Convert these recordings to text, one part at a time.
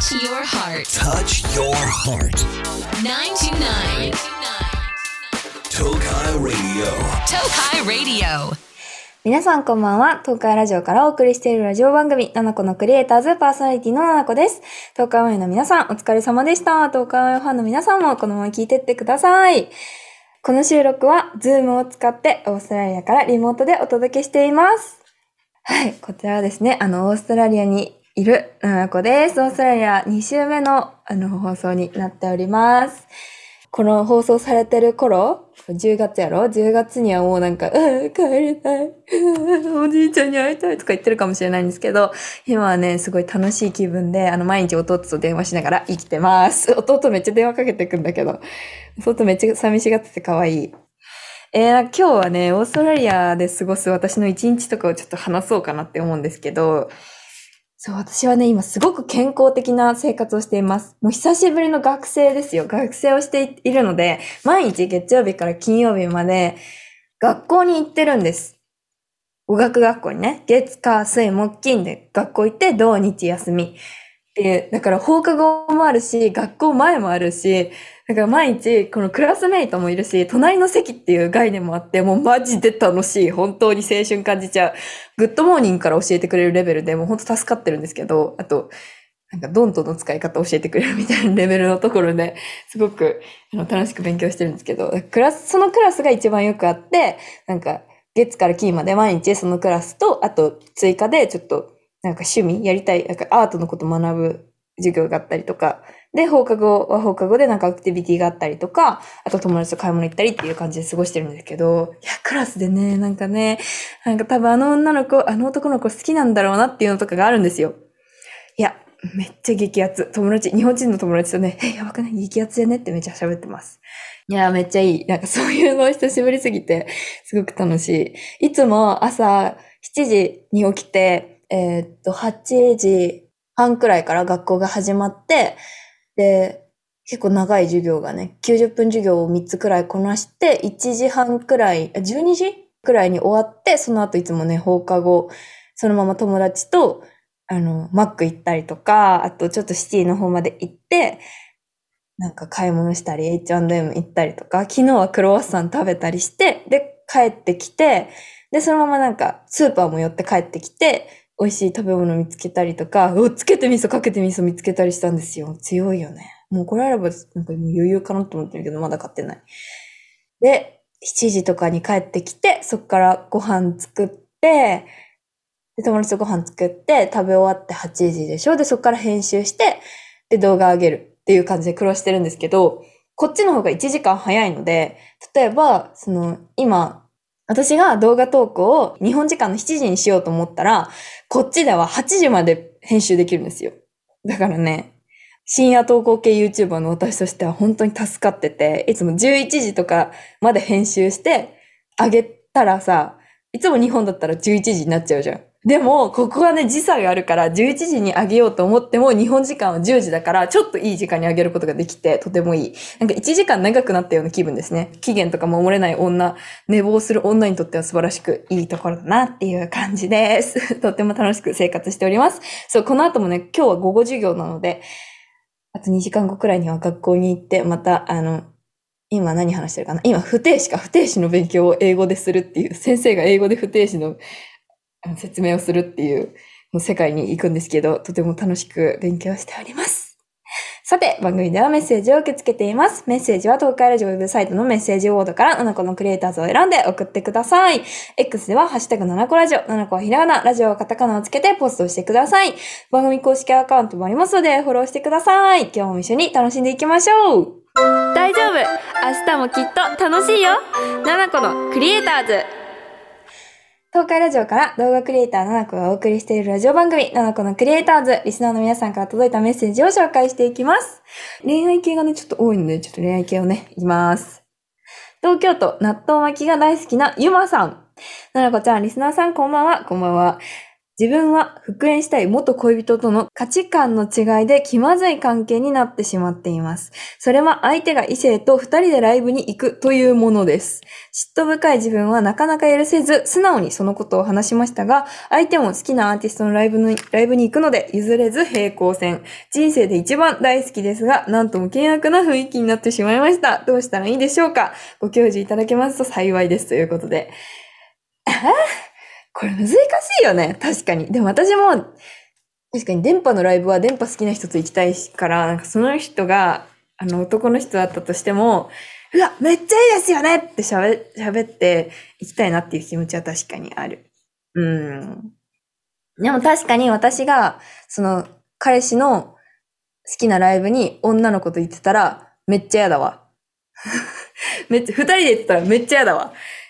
Touch your heart. Touch your heart. 929 Tokai Radio. Tokai Radio. 皆さんこんばんは。東海ラジオからお送りしているラジオ番組、ナナコのクリエイターズパーソナリティのナナコです。東海オンエアの皆さん、お疲れ様でした。東海オンエアファンの皆さんもこのまま聞いてってください。この収録は、Zoom を使ってオーストラリアからリモートでお届けしています。はい、こちらはですね、オーストラリアにいるナナコです。オーストラリア2週目の放送になっております。この放送されてる頃、10月やろ ?10 月にはもうなんか、帰りたい。おじいちゃんに会いたいとか言ってるかもしれないんですけど、今はね、すごい楽しい気分で、毎日弟と電話しながら生きてます。弟めっちゃ電話かけてくんだけど、弟めっちゃ寂しがってて可愛い。今日はね、オーストラリアで過ごす私の一日とかをちょっと話そうかなって思うんですけど、そう、私はね、今すごく健康的な生活をしています。もう久しぶりの学生ですよ。学生をしているので、毎日月曜日から金曜日まで学校に行ってるんです。語学学校にね、月火水木金で学校行って土日休み。っていう、だから放課後もあるし、学校前もあるし、だから毎日このクラスメイトもいるし、隣の席っていう概念もあって、もうマジで楽しい。本当に青春感じちゃう。グッドモーニングから教えてくれるレベルでもう本当助かってるんですけど、あと、なんかドントの使い方教えてくれるみたいなレベルのところですごく楽しく勉強してるんですけど、そのクラスが一番よくあって、なんか月から金まで毎日そのクラスと、あと追加でちょっとなんか趣味やりたい、なんかアートのこと学ぶ授業があったりとか、で、放課後は放課後でなんかアクティビティがあったりとか、あと友達と買い物行ったりっていう感じで過ごしてるんですけど、いや、クラスでね、なんか多分女の子、男の子好きなんだろうなっていうのとかがあるんですよ。いや、めっちゃ激アツ。日本人の友達とね、やばくない激アツやねってめっちゃ喋ってます。いや、めっちゃいい。なんかそういうの久しぶりすぎて、すごく楽しい。いつも朝7時に起きて、8時半くらいから学校が始まって、で、結構長い授業がね、90分授業を3つくらいこなして、1時半くらい、12時くらいに終わって、その後いつもね、放課後、そのまま友達と、マック行ったりとか、あとちょっとシティの方まで行って、なんか買い物したり、H&M 行ったりとか、昨日はクロワッサン食べたりして、で、帰ってきて、で、そのままなんか、スーパーも寄って帰ってきて、美味しい食べ物見つけたりとか、つけて味噌かけて味噌見つけたりしたんですよ。強いよね。もうこれあれば、なんかもう余裕かなと思ってるけど、まだ買ってない。で、7時とかに帰ってきて、そっからご飯作って、で、友達とご飯作って、食べ終わって8時でしょ。で、そっから編集して、で、動画上げるっていう感じで苦労してるんですけど、こっちの方が1時間早いので、例えば、今、私が動画投稿を日本時間の7時にしようと思ったら、こっちでは8時まで編集できるんですよ。だからね、深夜投稿系 YouTuber の私としては本当に助かってて、いつも11時とかまで編集してあげたらさ、いつも日本だったら11時になっちゃうじゃん。でも、ここはね、時差があるから、11時に上げようと思っても、日本時間は10時だから、ちょっといい時間に上げることができて、とてもいい。なんか1時間長くなったような気分ですね。期限とか守れない女、寝坊する女にとっては素晴らしくいいところだなっていう感じです。とっても楽しく生活しております。そう、この後もね、今日は午後授業なので、あと2時間後くらいには学校に行って、また、今何話してるかな？今、不定詞の勉強を英語でするっていう、先生が英語で不定詞の説明をするっていう世界に行くんですけど、とても楽しく勉強しております。さて、番組ではメッセージを受け付けています。メッセージは東海ラジオウェブサイトのメッセージボードから7個のクリエイターズを選んで送ってください。X ではハッシュタグ7個ラジオ、7個はひらがな、ラジオはカタカナをつけてポストしてください。番組公式アカウントもありますのでフォローしてください。今日も一緒に楽しんでいきましょう。大丈夫。明日もきっと楽しいよ。7個のクリエイターズ。東海ラジオから動画クリエイター7個がお送りしているラジオ番組7個のクリエイターズ、リスナーの皆さんから届いたメッセージを紹介していきます。恋愛系がねちょっと多いので、ちょっと恋愛系をねいきます。東京都納豆巻きが大好きなゆまさん。7個ちゃん、リスナーさんこんばんは。こんばんは。 自分は復縁したい元恋人との価値観の違いで気まずい関係になってしまっています。それは相手が異性と二人でライブに行くというものです。嫉妬深い自分はなかなか許せず、素直にそのことを話しましたが、相手も好きなアーティストのライブに行くので譲れず平行線。人生で一番大好きですが、なんとも険悪な雰囲気になってしまいました。どうしたらいいでしょうか？ご教示いただけますと幸いですということで。これ難しいよね。確かに。でも私も、確かに電波のライブは電波好きな人と行きたいから、なんかその人が、男の人だったとしても、うわ、めっちゃいいですよねって喋って行きたいなっていう気持ちは確かにある。でも確かに私が、彼氏の好きなライブに女の子と行ってたら、めっちゃ嫌だわ。二人で行ってたらめっちゃ嫌だわ。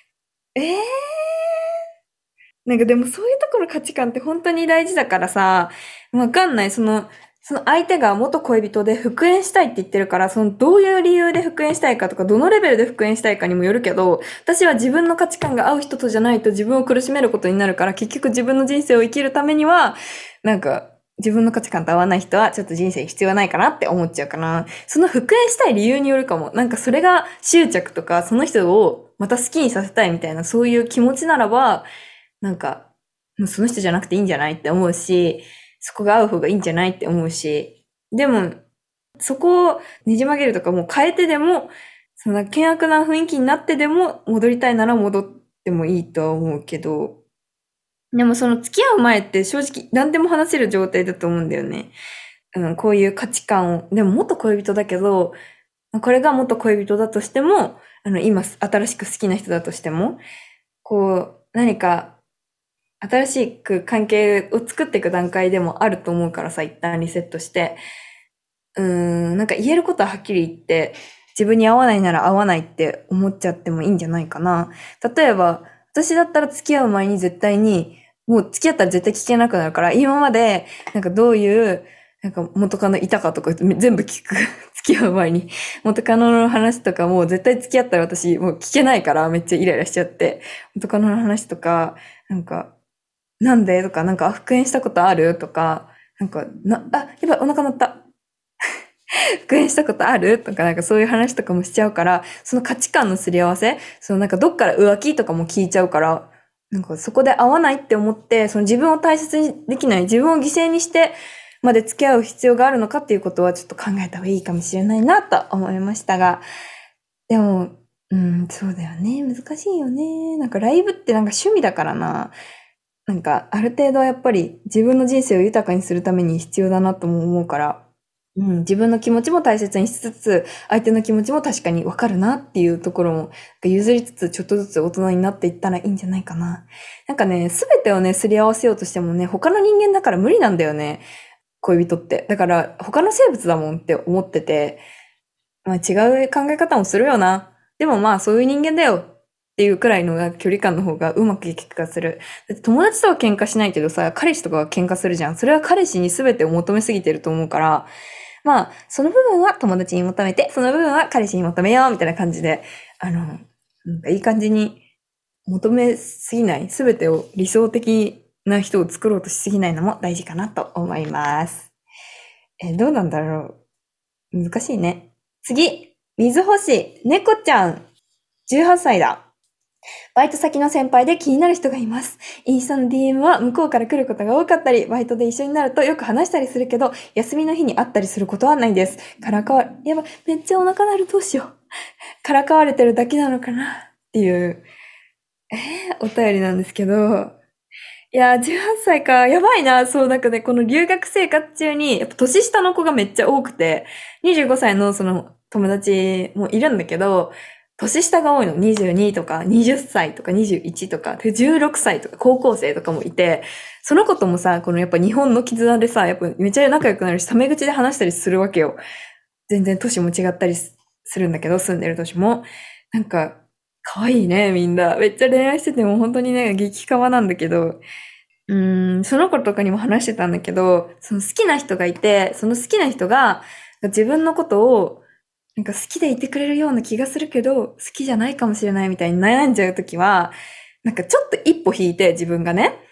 なんかでもそういうところ価値観って本当に大事だからさ、わかんない。その相手が元恋人で復縁したいって言ってるから、どういう理由で復縁したいかとか、どのレベルで復縁したいかにもよるけど、私は自分の価値観が合う人とじゃないと自分を苦しめることになるから、結局自分の人生を生きるためには、なんか、自分の価値観と合わない人はちょっと人生必要ないかなって思っちゃうかな。その復縁したい理由によるかも。なんかそれが執着とか、その人をまた好きにさせたいみたいな、そういう気持ちならば、なんか、もうその人じゃなくていいんじゃないって思うし、そこが合う方がいいんじゃないって思うし、でも、そこをねじ曲げるとかもう変えてでも、そんな険悪な雰囲気になってでも戻りたいなら戻ってもいいとは思うけど、でもその付き合う前って正直何でも話せる状態だと思うんだよね。こういう価値観を、でも元恋人だけど、これが元恋人だとしても、今新しく好きな人だとしても、こう、何か、新しく関係を作っていく段階でもあると思うからさ、一旦リセットして。なんか言えることははっきり言って、自分に合わないなら合わないって思っちゃってもいいんじゃないかな。例えば、私だったら付き合う前に絶対に、もう付き合ったら絶対聞けなくなるから、今まで、なんかどういう、なんか元カノいたかとか全部聞く。付き合う前に。元カノの話とかも絶対付き合ったら私もう聞けないからめっちゃイライラしちゃって。元カノの話とか、なんか、なんでとか、なんか、復縁したことあるとか、なんか、やばい、お腹鳴った。復縁したことあるとか、なんかそういう話とかもしちゃうから、その価値観のすり合わせ、なんかどっから浮気とかも聞いちゃうから、なんかそこで合わないって思って、自分を大切にできない、自分を犠牲にしてまで付き合う必要があるのかっていうことはちょっと考えた方がいいかもしれないなと思いましたが、でも、そうだよね。難しいよね。なんかライブってなんか趣味だからな。なんか、ある程度やっぱり自分の人生を豊かにするために必要だなとも思うから、自分の気持ちも大切にしつつ、相手の気持ちも確かにわかるなっていうところも、譲りつつちょっとずつ大人になっていったらいいんじゃないかな。なんかね、すべてをね、すり合わせようとしてもね、他の人間だから無理なんだよね。恋人って。だから、他の生物だもんって思ってて、まあ違う考え方もするよな。でもまあそういう人間だよ。っていうくらいの距離感の方がうまくいく気がする。だって友達とは喧嘩しないけどさ、彼氏とかは喧嘩するじゃん。それは彼氏に全てを求めすぎてると思うから、まあ、その部分は友達に求めて、その部分は彼氏に求めようみたいな感じで、なんかいい感じに求めすぎない、全てを理想的な人を作ろうとしすぎないのも大事かなと思います。どうなんだろう。難しいね。次、水星、猫ちゃん、18歳だ。バイト先の先輩で気になる人がいます。インスタの DM は向こうから来ることが多かったり、バイトで一緒になるとよく話したりするけど、休みの日に会ったりすることはないです。やばい、めっちゃお腹鳴る、どうしよう。からかわれてるだけなのかなっていう、お便りなんですけど、いや、18歳か、やばいな、そう、なんかね、この留学生活中に、やっぱ年下の子がめっちゃ多くて、25歳のその友達もいるんだけど、年下が多いの。22とか、20歳とか、21とか、16歳とか、高校生とかもいて、その子ともさ、このやっぱ日本の絆でさ、やっぱめっちゃ仲良くなるし、タメ口で話したりするわけよ。全然年も違ったりするんだけど、住んでる年も。なんか、可愛いね、みんな。めっちゃ恋愛してても本当にね、激カワなんだけど、その子とかにも話してたんだけど、その好きな人がいて、その好きな人が自分のことをなんか好きでいてくれるような気がするけど、好きじゃないかもしれないみたいに悩んじゃうときは、なんかちょっと一歩引いて自分がね、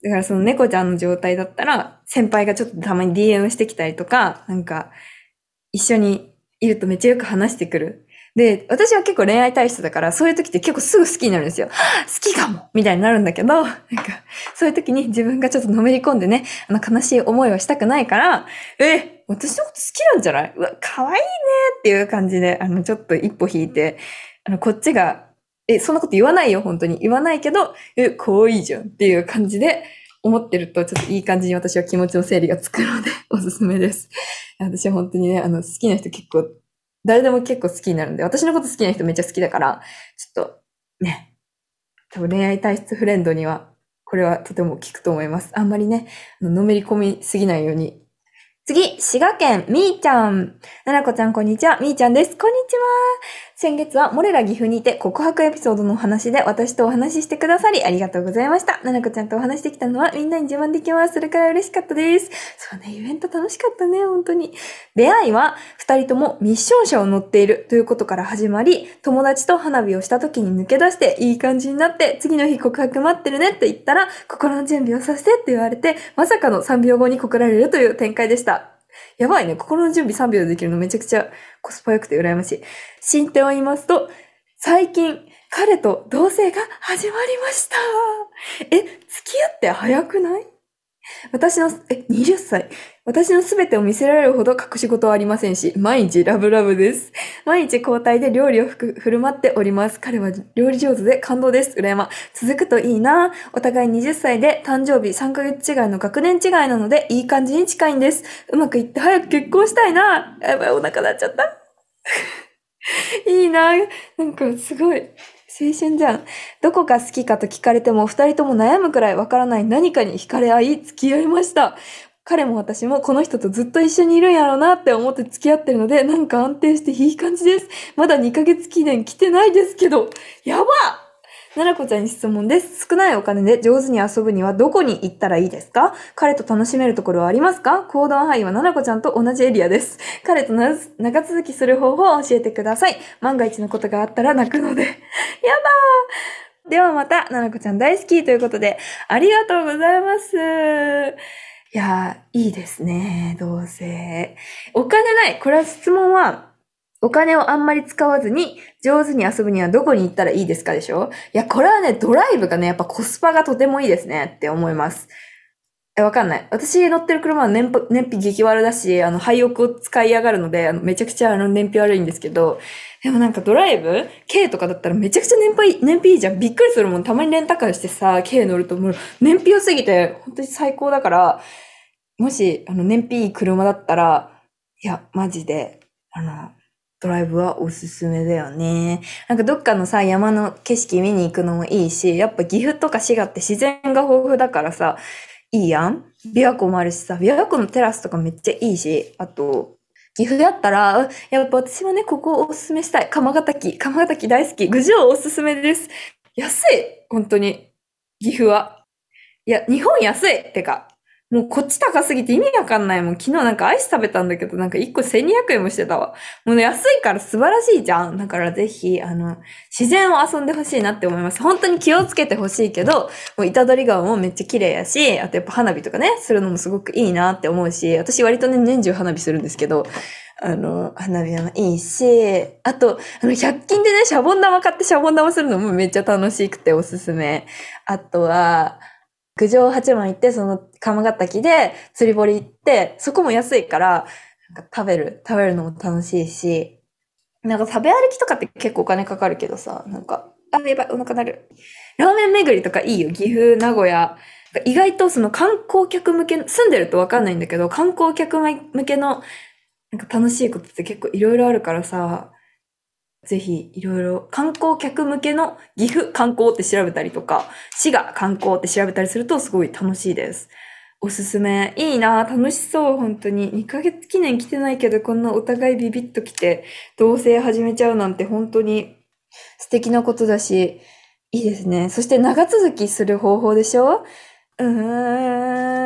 だからその猫ちゃんの状態だったら、先輩がちょっとたまに DM してきたりとか、なんか、一緒にいるとめっちゃよく話してくる。で、私は結構恋愛体質だから、そういう時って結構すぐ好きになるんですよ。好きかもみたいになるんだけど、なんか、そういう時に自分がちょっとのめり込んでね、悲しい思いをしたくないから、私のこと好きなんじゃない？うわ、可愛いねっていう感じで、ちょっと一歩引いて、こっちが、そんなこと言わないよ、本当に。言わないけど、可愛いじゃんっていう感じで思ってると、ちょっといい感じに私は気持ちの整理がつくので、おすすめです。私は本当にね、好きな人結構、誰でも結構好きになるんで、私のこと好きな人めっちゃ好きだから、ちょっと、ね、多分恋愛体質フレンドには、これはとても効くと思います。あんまりね、のめり込みすぎないように。次、滋賀県、みーちゃん。ななこちゃん、こんにちは。みーちゃんです。こんにちは。先月は、モレラ岐阜にて告白エピソードのお話で私とお話ししてくださりありがとうございました。ななこちゃんとお話しできたのはみんなに自慢できます。それから嬉しかったです。そうね、イベント楽しかったね、本当に。出会いは、二人ともミッション車を乗っているということから始まり、友達と花火をした時に抜け出していい感じになって、次の日告白待ってるねって言ったら、心の準備をさせてって言われて、まさかの3秒後に告られるという展開でした。やばいね。心の準備3秒でできるのめちゃくちゃコスパ良くて羨ましい。進展を言いますと、最近、彼と同棲が始まりました。付き合って早くない？私の、20歳。私のすべてを見せられるほど隠し事はありませんし、毎日ラブラブです。毎日交代で料理を振る舞っております。彼は料理上手で感動です。羨ま。続くといいな。お互い20歳で誕生日3ヶ月違いの学年違いなので、いい感じに近いんです。うまくいって早く結婚したいな。やばい、お腹鳴っちゃった。いいな。なんかすごい。青春じゃん。どこが好きかと聞かれても、二人とも悩むくらいわからない何かに惹かれ合い、付き合いました。彼も私もこの人とずっと一緒にいるんやろうなって思って付き合ってるので、なんか安定していい感じです。まだ2ヶ月記念来てないですけど、やば！ななこちゃんに質問です。少ないお金で上手に遊ぶにはどこに行ったらいいですか？彼と楽しめるところはありますか？行動範囲はななこちゃんと同じエリアです。彼と長続きする方法を教えてください。万が一のことがあったら泣くので。やだー。ではまた、ななこちゃん大好きということで、ありがとうございます。いやー、いいですね。どうせ。お金ない。これは質問は、お金をあんまり使わずに上手に遊ぶにはどこに行ったらいいですかでしょ？いや、これはね、ドライブがね、やっぱコスパがとてもいいですねって思います。わかんない。私乗ってる車は燃費激悪だし、廃屋を使いやがるので、めちゃくちゃ燃費悪いんですけど、でもなんかドライブ K とかだったらめちゃくちゃ燃費いいじゃん。びっくりするもん。たまにレンタカーしてさ、K 乗るともう燃費良すぎて、本当に最高だから、もし、燃費いい車だったら、いや、マジで、ドライブはおすすめだよね。なんかどっかのさ、山の景色見に行くのもいいし、やっぱ岐阜とか滋賀って自然が豊富だからさ、いいやん。琵琶湖もあるしさ、琵琶湖のテラスとかめっちゃいいし、あと、岐阜だったら、やっぱ私はね、ここをおすすめしたい。鎌ヶ滝大好き。郡上おすすめです。安い本当に。岐阜は。いや、日本安いってか。もうこっち高すぎて意味わかんないもん。昨日なんかアイス食べたんだけど、なんか1個1200円もしてたわ。もうね、安いから素晴らしいじゃん。だからぜひ、自然を遊んでほしいなって思います。本当に気をつけてほしいけど、もう板取川もめっちゃ綺麗やし、あとやっぱ花火とかね、するのもすごくいいなって思うし、私割とね、年中花火するんですけど、花火もいいし、あと、100均でね、シャボン玉買ってシャボン玉するのもめっちゃ楽しくておすすめ。あとは、郡上八幡行って、その鎌ヶ滝で釣り堀行って、そこも安いから、なんか食べるのも楽しいし、なんか食べ歩きとかって結構お金かかるけどさ、なんか、やばい、お腹鳴る。ラーメン巡りとかいいよ。岐阜、名古屋。意外とその観光客向け、住んでるとわかんないんだけど、観光客向けのなんか楽しいことって結構いろいろあるからさ、ぜひいろいろ観光客向けの岐阜観光って調べたりとか、滋賀観光って調べたりするとすごい楽しいです。おすすめ。いいな、楽しそう、本当に。2ヶ月記念来てないけど、こんなお互いビビッと来て、同棲始めちゃうなんて本当に素敵なことだし、いいですね。そして長続きする方法でしょ？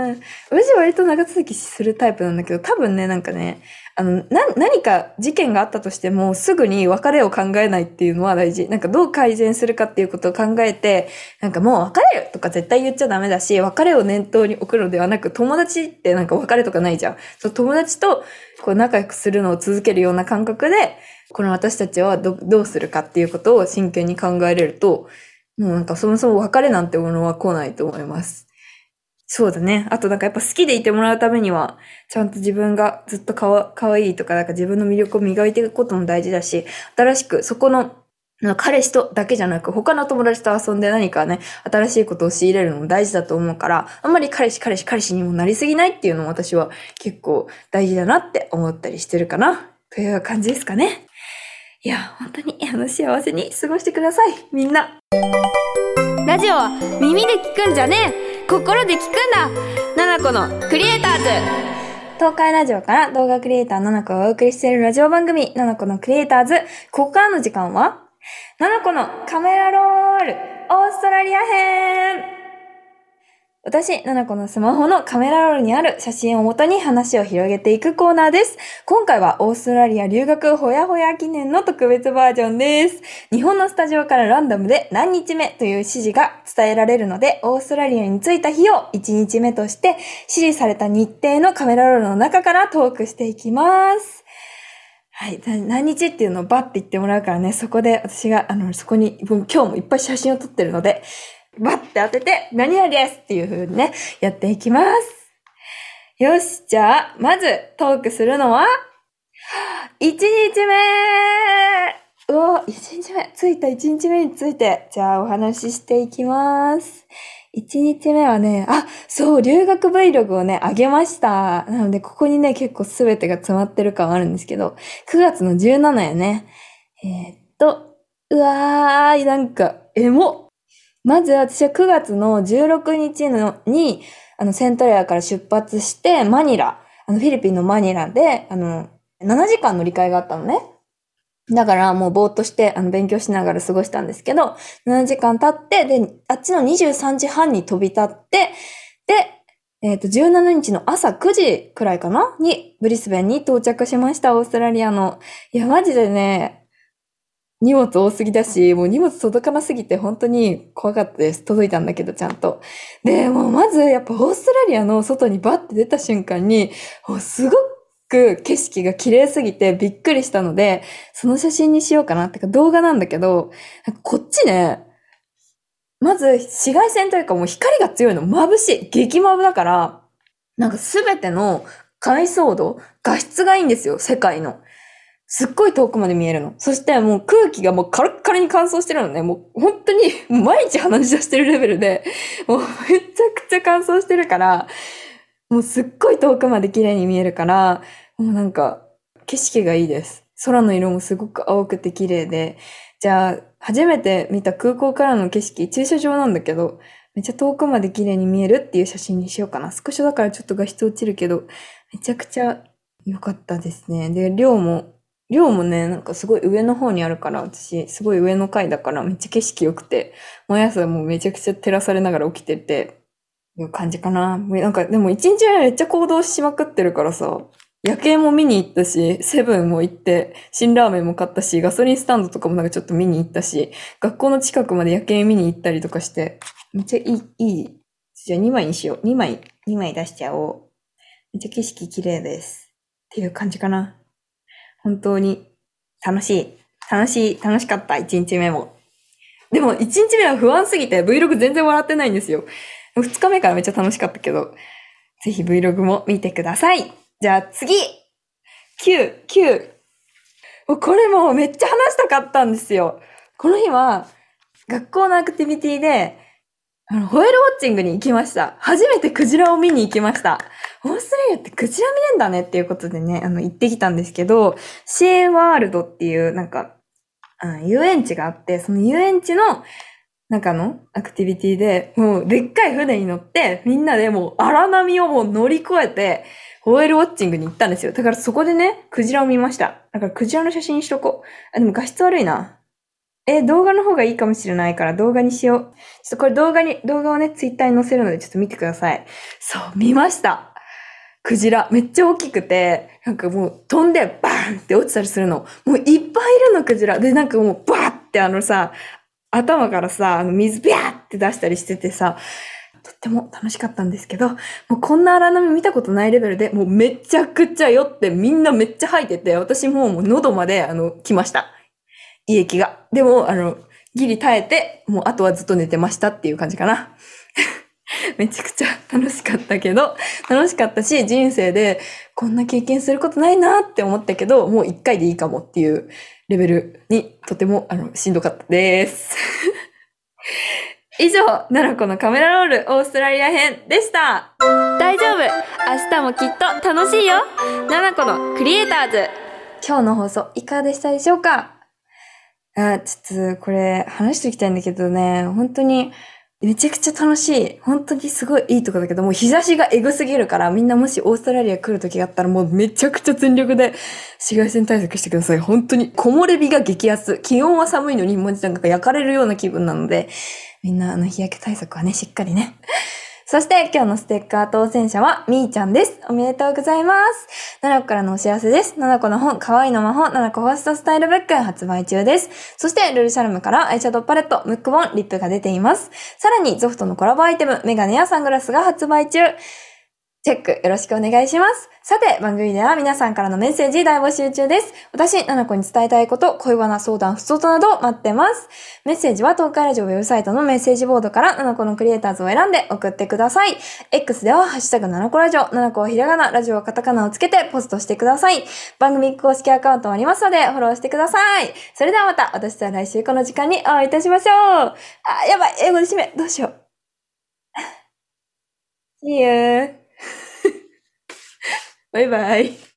私は割と長続きするタイプなんだけど、多分ね、なんかね、何か事件があったとしても、すぐに別れを考えないっていうのは大事。なんかどう改善するかっていうことを考えて、なんかもう別れるとか絶対言っちゃダメだし、別れを念頭に置くのではなく、友達ってなんか別れとかないじゃん。そう、友達とこう仲良くするのを続けるような感覚で、この私たちはどうするかっていうことを真剣に考えれると、もうなんかそもそも別れなんてものは来ないと思います。そうだね。あとなんかやっぱ好きでいてもらうためには、ちゃんと自分がずっとかわいいとか、なんか自分の魅力を磨いていくことも大事だし、新しくそこの彼氏とだけじゃなく、他の友達と遊んで何かね、新しいことを仕入れるのも大事だと思うから、あんまり彼氏にもなりすぎないっていうのも私は結構大事だなって思ったりしてるかな。という感じですかね。いや、本当に幸せに過ごしてください、みんな。ラジオは耳で聞くんじゃねえ、心で聞くんだ。ナナコのクリエイターズ。東海ラジオから動画クリエイターナナコがお送りしているラジオ番組、ナナコのクリエイターズ。ここからの時間は、ナナコのカメラロール、オーストラリア編。私、ナナコのスマホのカメラロールにある写真をもとに話を広げていくコーナーです。今回はオーストラリア留学ほやほや記念の特別バージョンです。日本のスタジオからランダムで何日目という指示が伝えられるので、オーストラリアに着いた日を1日目として指示された日程のカメラロールの中からトークしていきます。はい。何日っていうのをバッて言ってもらうからね、そこで私が、そこに、今日もいっぱい写真を撮ってるので、バッて当てて、何々ですっていう風にね、やっていきます。よし、じゃあ、まずトークするのは、1日目1日目着いた1日目について、じゃあお話ししていきます。1日目はね、そう、留学 Vlog をね、上げました。なので、ここにね、結構すべてが詰まってる感はあるんですけど、9月の17やね。うわー、なんか、エモ。まず私は9月の16日に、セントレアから出発して、マニラ、フィリピンのマニラで、7時間乗り換えがあったのね。だからもうぼーっとして、勉強しながら過ごしたんですけど、7時間経って、で、あっちの23時半に飛び立って、で、17日の朝9時くらいかなに、ブリスベンに到着しました、オーストラリアの。いや、マジでね、荷物多すぎだし、もう荷物届かなすぎて本当に怖かったです。届いたんだけどちゃんと。で、もうまずやっぱオーストラリアの外にバッて出た瞬間に、もうすごく景色が綺麗すぎてびっくりしたので、その写真にしようかなってか動画なんだけど、こっちね、まず紫外線というかもう光が強いの、眩しい。激眩だから、なんかすべての解像度、画質がいいんですよ、世界の。すっごい遠くまで見えるの。そしてもう空気がもうカラッカラに乾燥してるのね。もう本当に毎日鼻血出してるレベルで、もうめちゃくちゃ乾燥してるから、もうすっごい遠くまで綺麗に見えるから、もうなんか景色がいいです。空の色もすごく青くて綺麗で、じゃあ初めて見た空港からの景色、駐車場なんだけど、めっちゃ遠くまで綺麗に見えるっていう写真にしようかな。スクショだからちょっと画質落ちるけど、めちゃくちゃ良かったですね。で、寮もね、なんかすごい上の方にあるから、私、すごい上の階だからめっちゃ景色良くて、毎朝もうめちゃくちゃ照らされながら起きてて、いう感じかな。なんかでも一日目めっちゃ行動しまくってるからさ、夜景も見に行ったし、セブンも行って、辛ラーメンも買ったし、ガソリンスタンドとかもなんかちょっと見に行ったし、学校の近くまで夜景見に行ったりとかして、めっちゃいい。じゃあ2枚にしよう。2枚出しちゃおう。めっちゃ景色綺麗です。っていう感じかな。本当に楽しかった、1日目も。でも1日目は不安すぎて Vlog 全然笑ってないんですよ。2日目からめっちゃ楽しかったけど、ぜひ Vlog も見てください。じゃあ次 9。これもめっちゃ話したかったんですよ。この日は学校のアクティビティでホエールウォッチングに行きました。初めてクジラを見に行きました。オーストラリアってクジラ見れんだねっていうことでね、行ってきたんですけど、シーワールドっていうなんか、遊園地があって、その遊園地の中のアクティビティで、もうでっかい船に乗って、みんなでもう荒波をもう乗り越えて、ホエールウォッチングに行ったんですよ。だからそこでね、クジラを見ました。だからクジラの写真にしとこう。でも画質悪いな。 動画の方がいいかもしれないから動画にしよう。ちょっとこれ動画をね、ツイッターに載せるのでちょっと見てください。そう、見ました。クジラ。めっちゃ大きくて、なんかもう飛んでバーンって落ちたりするの。もういっぱいいるの、クジラ。で、なんかもうバーって頭からさ、水ビャーって出したりしててさ、とっても楽しかったんですけど、もうこんな荒波見たことないレベルで、もうめちゃくちゃ酔ってみんなめっちゃ吐いてて、私もう喉まで来ました。胃液が。でも、ギリ耐えて、もうあとはずっと寝てましたっていう感じかな。めちゃくちゃ楽しかったけど、楽しかったし、人生でこんな経験することないなって思ったけど、もう一回でいいかもっていうレベルにとてもしんどかったです。以上、奈々子のカメラロールオーストラリア編でした。大丈夫、明日もきっと楽しいよ。奈々子のクリエイターズ。今日の放送いかがでしたでしょうか？ちょっとこれ話しておきたいんだけどね、本当にめちゃくちゃ楽しい。本当にすごいいいとこだけど、もう日差しがエグすぎるから、みんなもしオーストラリア来る時があったらもうめちゃくちゃ全力で紫外線対策してください。本当に木漏れ日が激安。気温は寒いのにもうなんか焼かれるような気分なので、みんな日焼け対策はね、しっかりね。そして今日のステッカー当選者はみーちゃんです。おめでとうございます。奈々子からのお知らせです。奈々子の本、可愛いの魔法、奈々子ファーストスタイルブック発売中です。そしてルルシャルムからアイシャドウパレット、ムックボン、リップが出ています。さらにゾフトのコラボアイテム、メガネやサングラスが発売中。チェックよろしくお願いします。さて、番組では皆さんからのメッセージ大募集中です。私、奈々子に伝えたいこと、恋バナ、相談、不相談など待ってます。メッセージは東海ラジオウェブサイトのメッセージボードから奈々子のクリエイターズを選んで送ってください。X ではハッシュタグ奈々子ラジオ、奈々子はひらがな、ラジオはカタカナをつけてポストしてください。番組公式アカウントもありますのでフォローしてください。それではまた私とは来週この時間にお会いいたしましょう。やばい、英語で締め、どうしよう。See you. バイバイ。